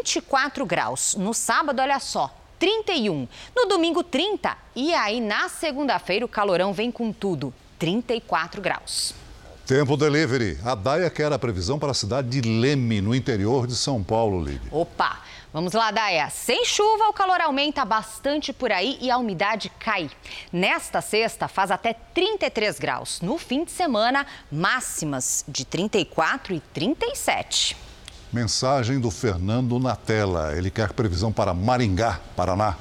24 graus. No sábado, olha só, 31. No domingo, 30. E aí, na segunda-feira, o calorão vem com tudo. 34 graus. Tempo delivery. A Daia quer a previsão para a cidade de Leme, no interior de São Paulo, Lívia. Opa! Vamos lá, Daia. Sem chuva, o calor aumenta bastante por aí e a umidade cai. Nesta sexta, faz até 33 graus. No fim de semana, máximas de 34 e 37. Mensagem do Fernando na tela. Ele quer previsão para Maringá, Paraná.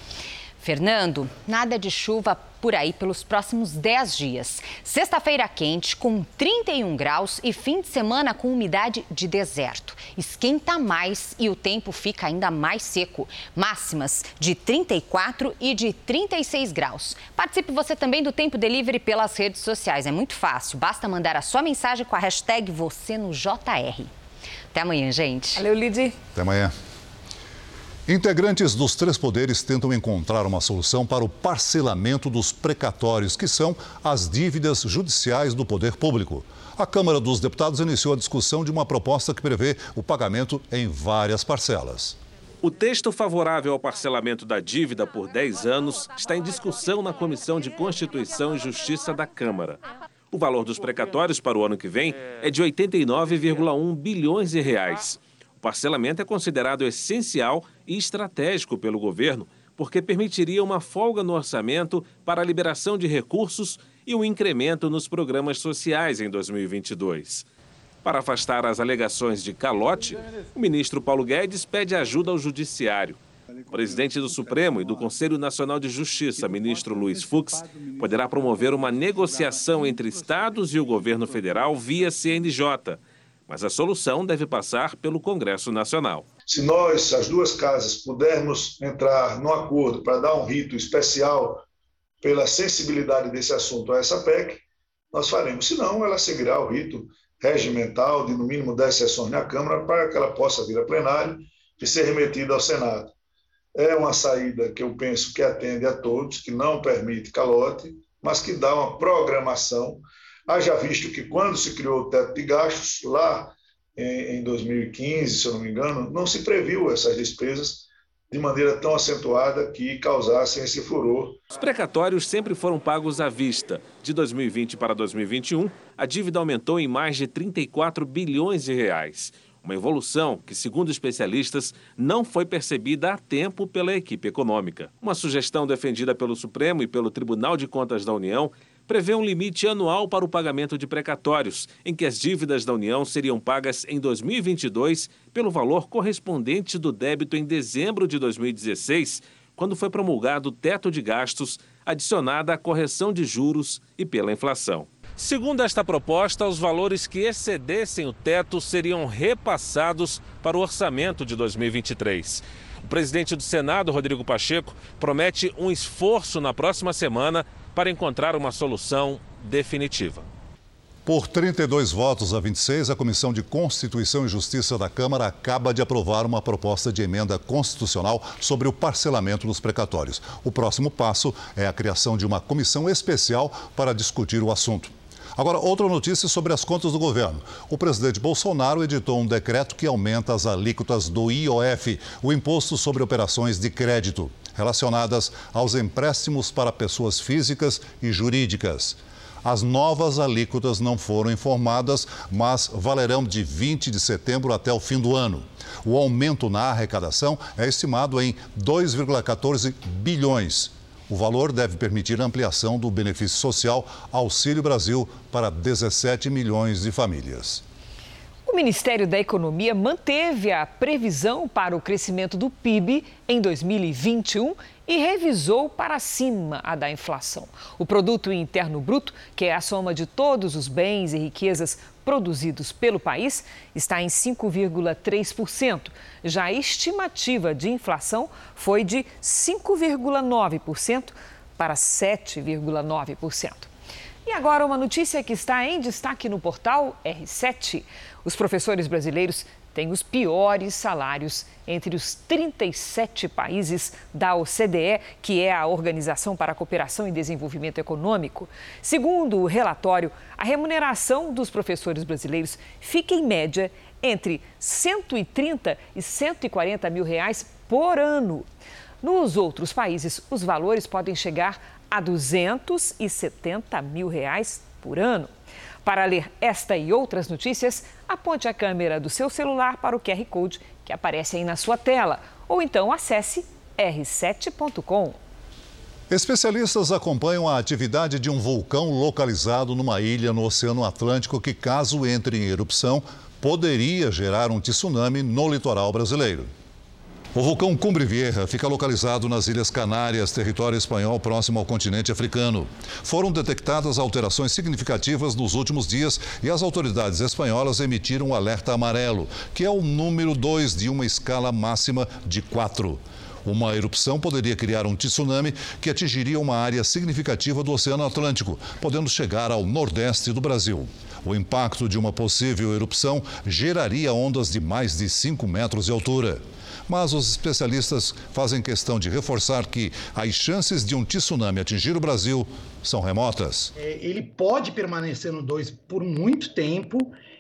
Fernando, nada de chuva por aí pelos próximos 10 dias. Sexta-feira quente, com 31 graus e fim de semana com umidade de deserto. Esquenta mais e o tempo fica ainda mais seco. Máximas de 34 e de 36 graus. Participe você também do Tempo Delivery pelas redes sociais. É muito fácil, basta mandar a sua mensagem com a hashtag #VocêNoJR. Até amanhã, gente. Valeu, Lidy. Até amanhã. Integrantes dos 3 poderes tentam encontrar uma solução para o parcelamento dos precatórios, que são as dívidas judiciais do poder público. A Câmara dos Deputados iniciou a discussão de uma proposta que prevê o pagamento em várias parcelas. O texto favorável ao parcelamento da dívida por 10 anos está em discussão na Comissão de Constituição e Justiça da Câmara. O valor dos precatórios para o ano que vem é de 89,1 bilhões de reais. O parcelamento é considerado essencial e estratégico pelo governo, porque permitiria uma folga no orçamento para a liberação de recursos e um incremento nos programas sociais em 2022. Para afastar as alegações de calote, o ministro Paulo Guedes pede ajuda ao Judiciário. O presidente do Supremo e do Conselho Nacional de Justiça, ministro Luiz Fux, poderá promover uma negociação entre estados e o governo federal via CNJ. Mas a solução deve passar pelo Congresso Nacional. Se nós, as duas casas, pudermos entrar num acordo para dar um rito especial pela sensibilidade desse assunto a essa PEC, nós faremos. Senão, ela seguirá o rito regimental de, no mínimo, 10 sessões na Câmara para que ela possa vir a plenário e ser remetida ao Senado. É uma saída que eu penso que atende a todos, que não permite calote, mas que dá uma programação. Haja visto que quando se criou o teto de gastos, lá em 2015, se eu não me engano, não se previu essas despesas de maneira tão acentuada que causassem esse furor. Os precatórios sempre foram pagos à vista. De 2020 para 2021, a dívida aumentou em mais de 34 bilhões de reais. Uma evolução que, segundo especialistas, não foi percebida a tempo pela equipe econômica. Uma sugestão defendida pelo Supremo e pelo Tribunal de Contas da União prevê um limite anual para o pagamento de precatórios, em que as dívidas da União seriam pagas em 2022 pelo valor correspondente do débito em dezembro de 2016, quando foi promulgado o teto de gastos, adicionada a correção de juros e pela inflação. Segundo esta proposta, os valores que excedessem o teto seriam repassados para o orçamento de 2023. O presidente do Senado, Rodrigo Pacheco, promete um esforço na próxima semana para encontrar uma solução definitiva. Por 32 votos a 26, a Comissão de Constituição e Justiça da Câmara acaba de aprovar uma proposta de emenda constitucional sobre o parcelamento dos precatórios. O próximo passo é a criação de uma comissão especial para discutir o assunto. Agora, outra notícia sobre as contas do governo. O presidente Bolsonaro editou um decreto que aumenta as alíquotas do IOF, o Imposto sobre Operações de Crédito, relacionadas aos empréstimos para pessoas físicas e jurídicas. As novas alíquotas não foram informadas, mas valerão de 20 de setembro até o fim do ano. O aumento na arrecadação é estimado em 2,14 bilhões. O valor deve permitir a ampliação do benefício social Auxílio Brasil para 17 milhões de famílias. O Ministério da Economia manteve a previsão para o crescimento do PIB em 2021 e revisou para cima a da inflação. O Produto Interno Bruto, que é a soma de todos os bens e riquezas produzidos pelo país, está em 5,3%. Já a estimativa de inflação foi de 5,9% para 7,9%. E agora uma notícia que está em destaque no portal R7. Os professores brasileiros têm os piores salários entre os 37 países da OCDE, que é a Organização para a Cooperação e Desenvolvimento Econômico. Segundo o relatório, a remuneração dos professores brasileiros fica em média entre 130 e 140 mil reais por ano. Nos outros países, os valores podem chegar a 270 mil reais por ano. Para ler esta e outras notícias, aponte a câmera do seu celular para o QR Code que aparece aí na sua tela. Ou então acesse r7.com. Especialistas acompanham a atividade de um vulcão localizado numa ilha no Oceano Atlântico que, caso entre em erupção, poderia gerar um tsunami no litoral brasileiro. O vulcão Cumbre Vieja fica localizado nas Ilhas Canárias, território espanhol próximo ao continente africano. Foram detectadas alterações significativas nos últimos dias e as autoridades espanholas emitiram um alerta amarelo, que é o número 2 de uma escala máxima de 4. Uma erupção poderia criar um tsunami que atingiria uma área significativa do Oceano Atlântico, podendo chegar ao nordeste do Brasil. O impacto de uma possível erupção geraria ondas de mais de 5 metros de altura. Mas os especialistas fazem questão de reforçar que as chances de um tsunami atingir o Brasil são remotas. Ele pode permanecer no 2 por muito tempo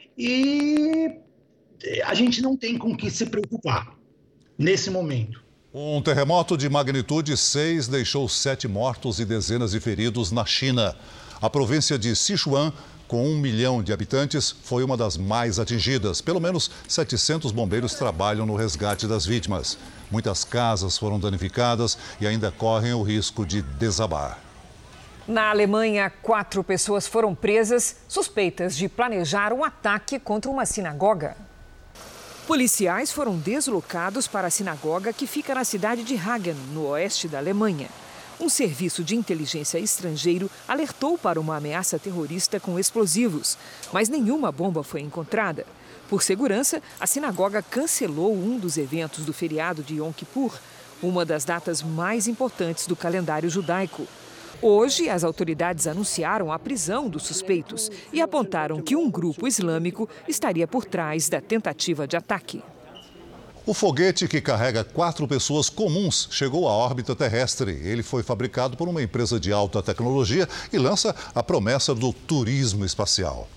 e a gente não tem com o que se preocupar nesse momento. Um terremoto de magnitude 6 deixou 7 mortos e dezenas de feridos na China. A província de Sichuan, com 1 milhão de habitantes, foi uma das mais atingidas. Pelo menos 700 bombeiros trabalham no resgate das vítimas. Muitas casas foram danificadas e ainda correm o risco de desabar. Na Alemanha, 4 pessoas foram presas suspeitas de planejar um ataque contra uma sinagoga. Policiais foram deslocados para a sinagoga que fica na cidade de Hagen, no oeste da Alemanha. Um serviço de inteligência estrangeiro alertou para uma ameaça terrorista com explosivos, mas nenhuma bomba foi encontrada. Por segurança, a sinagoga cancelou um dos eventos do feriado de Yom Kippur, uma das datas mais importantes do calendário judaico. Hoje, as autoridades anunciaram a prisão dos suspeitos e apontaram que um grupo islâmico estaria por trás da tentativa de ataque. O foguete que carrega 4 pessoas comuns chegou à órbita terrestre. Ele foi fabricado por uma empresa de alta tecnologia e lança a promessa do turismo espacial.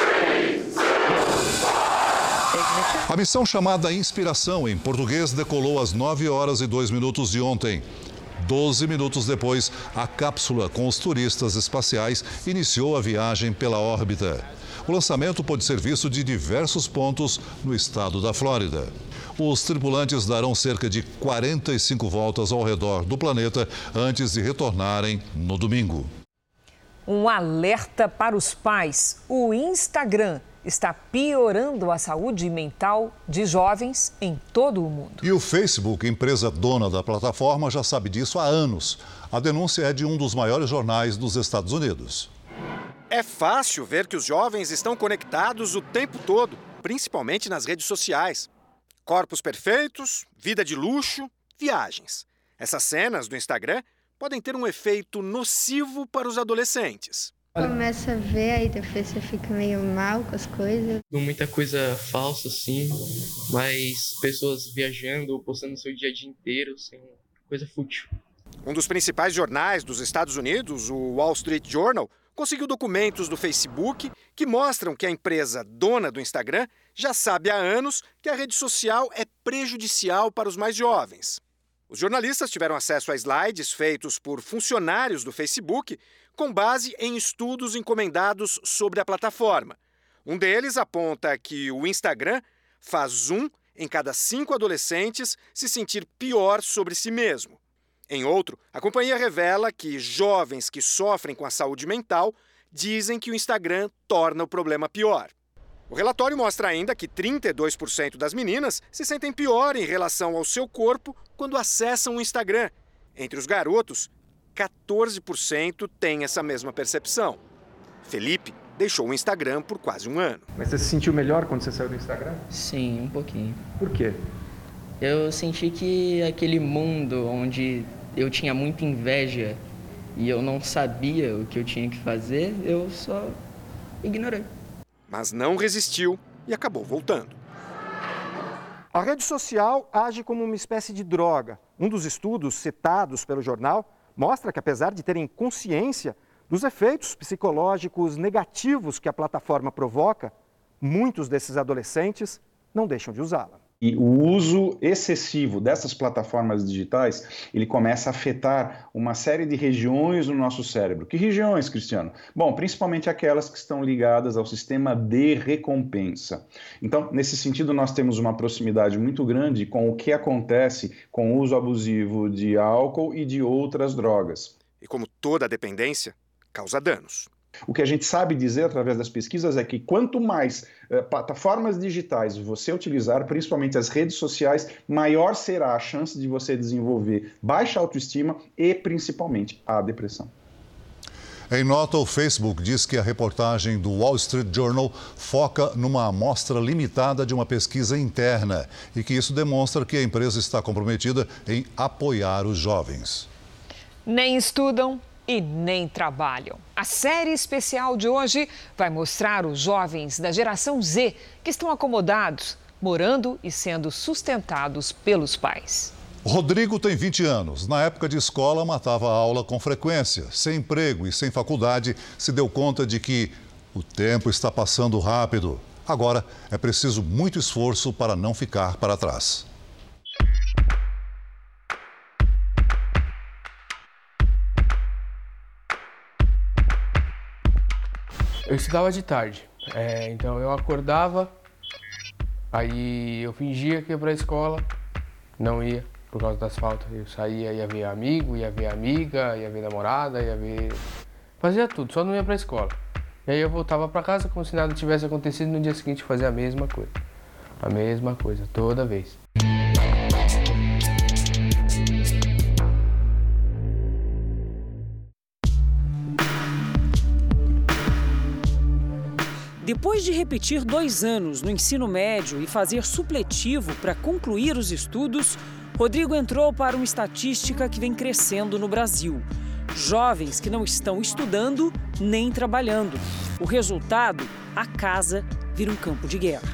A missão chamada Inspiração, em português, decolou às 9h02 de ontem. 12 minutos depois, a cápsula com os turistas espaciais iniciou a viagem pela órbita. O lançamento pôde ser visto de diversos pontos no estado da Flórida. Os tripulantes darão cerca de 45 voltas ao redor do planeta antes de retornarem no domingo. Um alerta para os pais. O Instagram está piorando a saúde mental de jovens em todo o mundo. E o Facebook, empresa dona da plataforma, já sabe disso há anos. A denúncia é de um dos maiores jornais dos Estados Unidos. É fácil ver que os jovens estão conectados o tempo todo, principalmente nas redes sociais. Corpos perfeitos, vida de luxo, viagens. Essas cenas do Instagram podem ter um efeito nocivo para os adolescentes. Começa a ver, aí depois você fica meio mal com as coisas. Muita coisa falsa, assim, mas pessoas viajando, postando seu dia a dia inteiro, assim, coisa fútil. Um dos principais jornais dos Estados Unidos, o Wall Street Journal, conseguiu documentos do Facebook que mostram que a empresa dona do Instagram já sabe há anos que a rede social é prejudicial para os mais jovens. Os jornalistas tiveram acesso a slides feitos por funcionários do Facebook com base em estudos encomendados sobre a plataforma. Um deles aponta que o Instagram faz 1 em cada 5 adolescentes se sentir pior sobre si mesmo. Em outro, a companhia revela que jovens que sofrem com a saúde mental dizem que o Instagram torna o problema pior. O relatório mostra ainda que 32% das meninas se sentem pior em relação ao seu corpo quando acessam o Instagram. Entre os garotos, 14% têm essa mesma percepção. Felipe deixou o Instagram por quase um ano. Mas você se sentiu melhor quando você saiu do Instagram? Sim, um pouquinho. Por quê? Eu senti que aquele mundo onde eu tinha muita inveja e eu não sabia o que eu tinha que fazer, eu só ignorei. Mas não resistiu e acabou voltando. A rede social age como uma espécie de droga. Um dos estudos citados pelo jornal mostra que, apesar de terem consciência dos efeitos psicológicos negativos que a plataforma provoca, muitos desses adolescentes não deixam de usá-la. E o uso excessivo dessas plataformas digitais, ele começa a afetar uma série de regiões do nosso cérebro. Que regiões, Cristiano? Bom, principalmente aquelas que estão ligadas ao sistema de recompensa. Então, nesse sentido, nós temos uma proximidade muito grande com o que acontece com o uso abusivo de álcool e de outras drogas. E como toda dependência, causa danos. O que a gente sabe dizer através das pesquisas é que quanto mais plataformas digitais você utilizar, principalmente as redes sociais, maior será a chance de você desenvolver baixa autoestima e principalmente a depressão. Em nota, o Facebook diz que a reportagem do Wall Street Journal foca numa amostra limitada de uma pesquisa interna e que isso demonstra que a empresa está comprometida em apoiar os jovens. Nem estudam e nem trabalham. A série especial de hoje vai mostrar os jovens da geração Z que estão acomodados, morando e sendo sustentados pelos pais. Rodrigo tem 20 anos. Na época de escola, matava a aula com frequência. Sem emprego e sem faculdade, se deu conta de que o tempo está passando rápido. Agora, é preciso muito esforço para não ficar para trás. Eu estudava de tarde, então eu acordava, aí eu fingia que ia para a escola, não ia por causa das faltas. Eu saía, ia ver amigo, ia ver amiga, ia ver namorada, fazia tudo, só não ia para a escola. E aí eu voltava para casa como se nada tivesse acontecido, no dia seguinte fazia a mesma coisa, toda vez. Depois de repetir 2 anos no ensino médio e fazer supletivo para concluir os estudos, Rodrigo entrou para uma estatística que vem crescendo no Brasil. Jovens que não estão estudando nem trabalhando. O resultado, a casa vira um campo de guerra.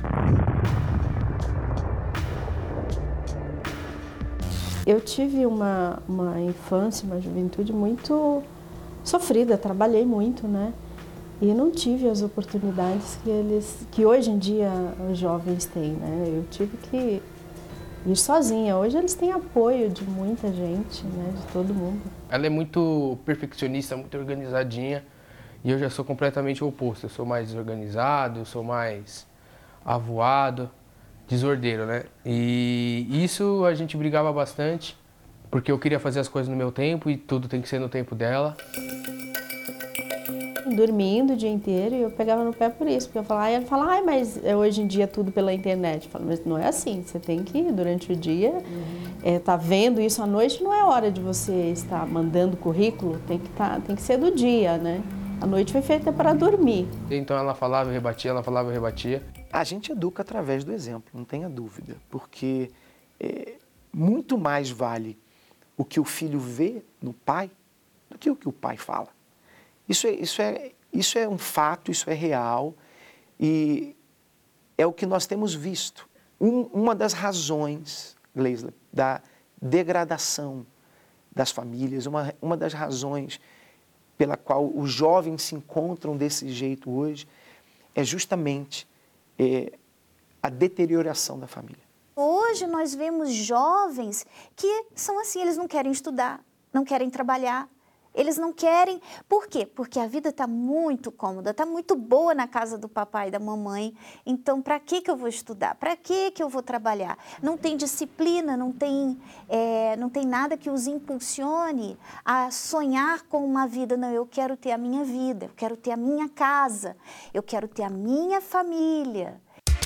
Eu tive uma infância, uma juventude muito sofrida, trabalhei muito, né? E não tive as oportunidades que hoje em dia os jovens têm, né? Eu tive que ir sozinha. Hoje eles têm apoio de muita gente, né? De todo mundo. Ela é muito perfeccionista, muito organizadinha, e eu já sou completamente o oposto. Eu sou mais desorganizado, eu sou mais avoado, desordeiro, né? E isso a gente brigava bastante, porque eu queria fazer as coisas no meu tempo e tudo tem que ser no tempo dela. Dormindo o dia inteiro e eu pegava no pé por isso, porque eu falava, ela fala, mas hoje em dia é tudo pela internet. Eu falo, mas não é assim, você tem que ir durante o dia, tá vendo isso à noite, não é hora de você estar mandando currículo, tem que ser do dia, né? A noite foi feita para dormir. Então ela falava, eu rebatia, ela falava, eu rebatia. A gente educa através do exemplo, não tenha dúvida, porque muito mais vale o que o filho vê no pai do que o pai fala. Isso é um fato, isso é real e é o que nós temos visto. Uma das razões, Leisla, da degradação das famílias, uma das razões pela qual os jovens se encontram desse jeito hoje é justamente a deterioração da família. Hoje nós vemos jovens que são assim, eles não querem estudar, não querem trabalhar. Eles não querem. Por quê? Porque a vida está muito cômoda, está muito boa na casa do papai e da mamãe. Então, para que eu vou estudar? Para que eu vou trabalhar? Não tem disciplina, não tem nada que os impulsione a sonhar com uma vida. Não, eu quero ter a minha vida, eu quero ter a minha casa, eu quero ter a minha família.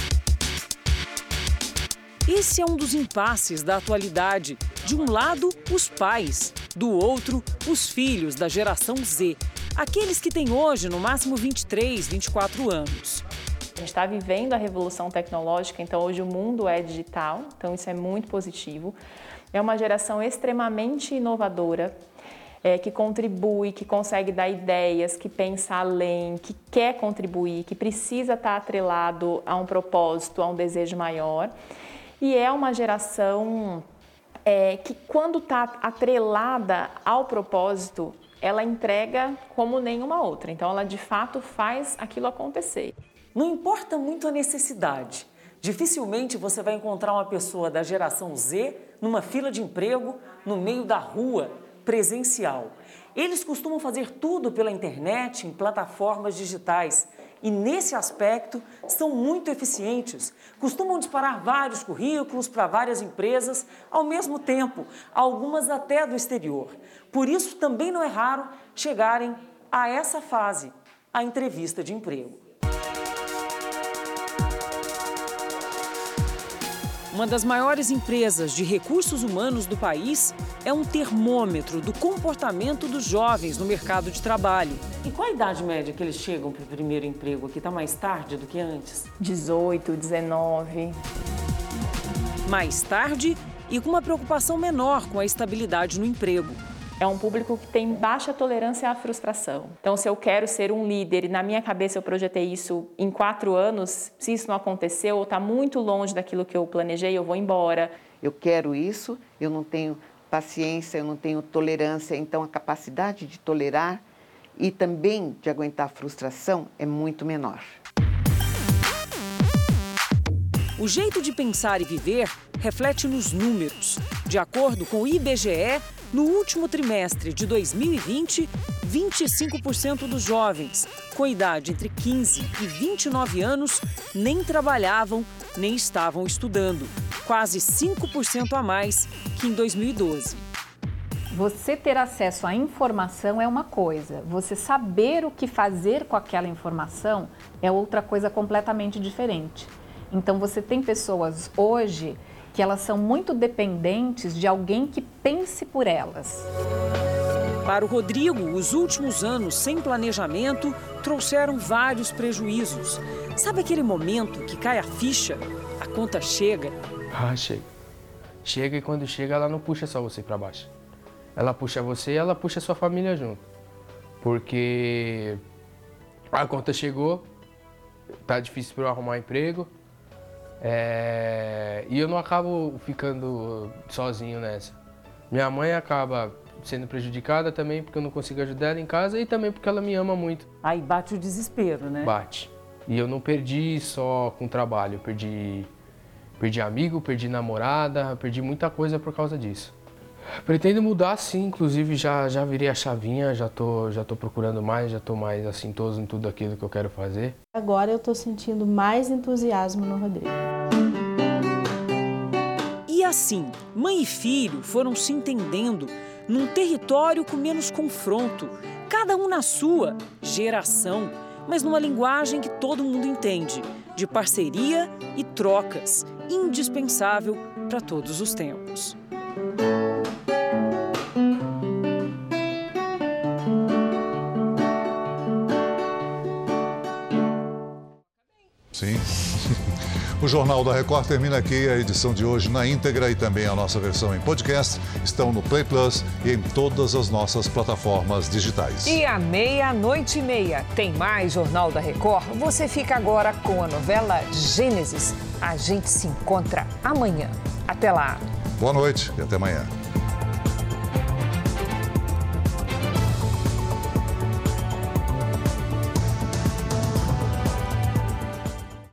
Esse é um dos impasses da atualidade. De um lado, os pais. Do outro, os filhos da geração Z. Aqueles que têm hoje, no máximo, 23, 24 anos. A gente está vivendo a revolução tecnológica, então hoje o mundo é digital, então isso é muito positivo. É uma geração extremamente inovadora. que contribui, que consegue dar ideias, que pensa além, que quer contribuir, que precisa estar atrelado a um propósito, a um desejo maior. E é uma geração que, quando está atrelada ao propósito, ela entrega como nenhuma outra. Então, ela de fato faz aquilo acontecer. Não importa muito a necessidade. Dificilmente você vai encontrar uma pessoa da geração Z numa fila de emprego, no meio da rua, presencial. Eles costumam fazer tudo pela internet, em plataformas digitais. E nesse aspecto são muito eficientes. Costumam disparar vários currículos para várias empresas ao mesmo tempo, algumas até do exterior. Por isso também não é raro chegarem a essa fase, a entrevista de emprego. Uma das maiores empresas de recursos humanos do país é um termômetro do comportamento dos jovens no mercado de trabalho. E qual a idade média que eles chegam para o primeiro emprego aqui? Está mais tarde do que antes? 18, 19. Mais tarde e com uma preocupação menor com a estabilidade no emprego. É um público que tem baixa tolerância à frustração. Então, se eu quero ser um líder e na minha cabeça eu projetei isso em 4 anos, se isso não aconteceu ou está muito longe daquilo que eu planejei, eu vou embora. Eu quero isso, eu não tenho paciência, eu não tenho tolerância, então a capacidade de tolerar e também de aguentar a frustração é muito menor. O jeito de pensar e viver reflete nos números. De acordo com o IBGE, no último trimestre de 2020, 25% dos jovens com idade entre 15 e 29 anos nem trabalhavam nem estavam estudando, quase 5% a mais que em 2012. Você ter acesso à informação é uma coisa, você saber o que fazer com aquela informação é outra coisa completamente diferente. Então você tem pessoas hoje que elas são muito dependentes de alguém que pense por elas. Para o Rodrigo, os últimos anos sem planejamento trouxeram vários prejuízos. Sabe aquele momento que cai a ficha, a conta chega? Chega. Chega e quando chega ela não puxa só você para baixo. Ela puxa você e ela puxa sua família junto. Porque a conta chegou, tá difícil para eu arrumar emprego. E eu não acabo ficando sozinho nessa. Minha mãe acaba sendo prejudicada também porque eu não consigo ajudar ela em casa e também porque ela me ama muito. Aí bate o desespero, né? Bate. E eu não perdi só com trabalho, eu perdi amigo, perdi namorada, perdi muita coisa por causa disso. Pretendo mudar sim, inclusive já virei a chavinha, já tô procurando mais, já tô mais assintoso em tudo aquilo que eu quero fazer. Agora eu tô sentindo mais entusiasmo no Rodrigo. E assim, mãe e filho foram se entendendo num território com menos confronto, cada um na sua geração, mas numa linguagem que todo mundo entende, de parceria e trocas, indispensável para todos os tempos. Sim. O Jornal da Record termina aqui. A edição de hoje na íntegra e também a nossa versão em podcast estão no Play Plus e em todas as nossas plataformas digitais. E à 00:30 tem mais Jornal da Record. Você fica agora com a novela Gênesis. A gente se encontra amanhã. Até lá. Boa noite e até amanhã.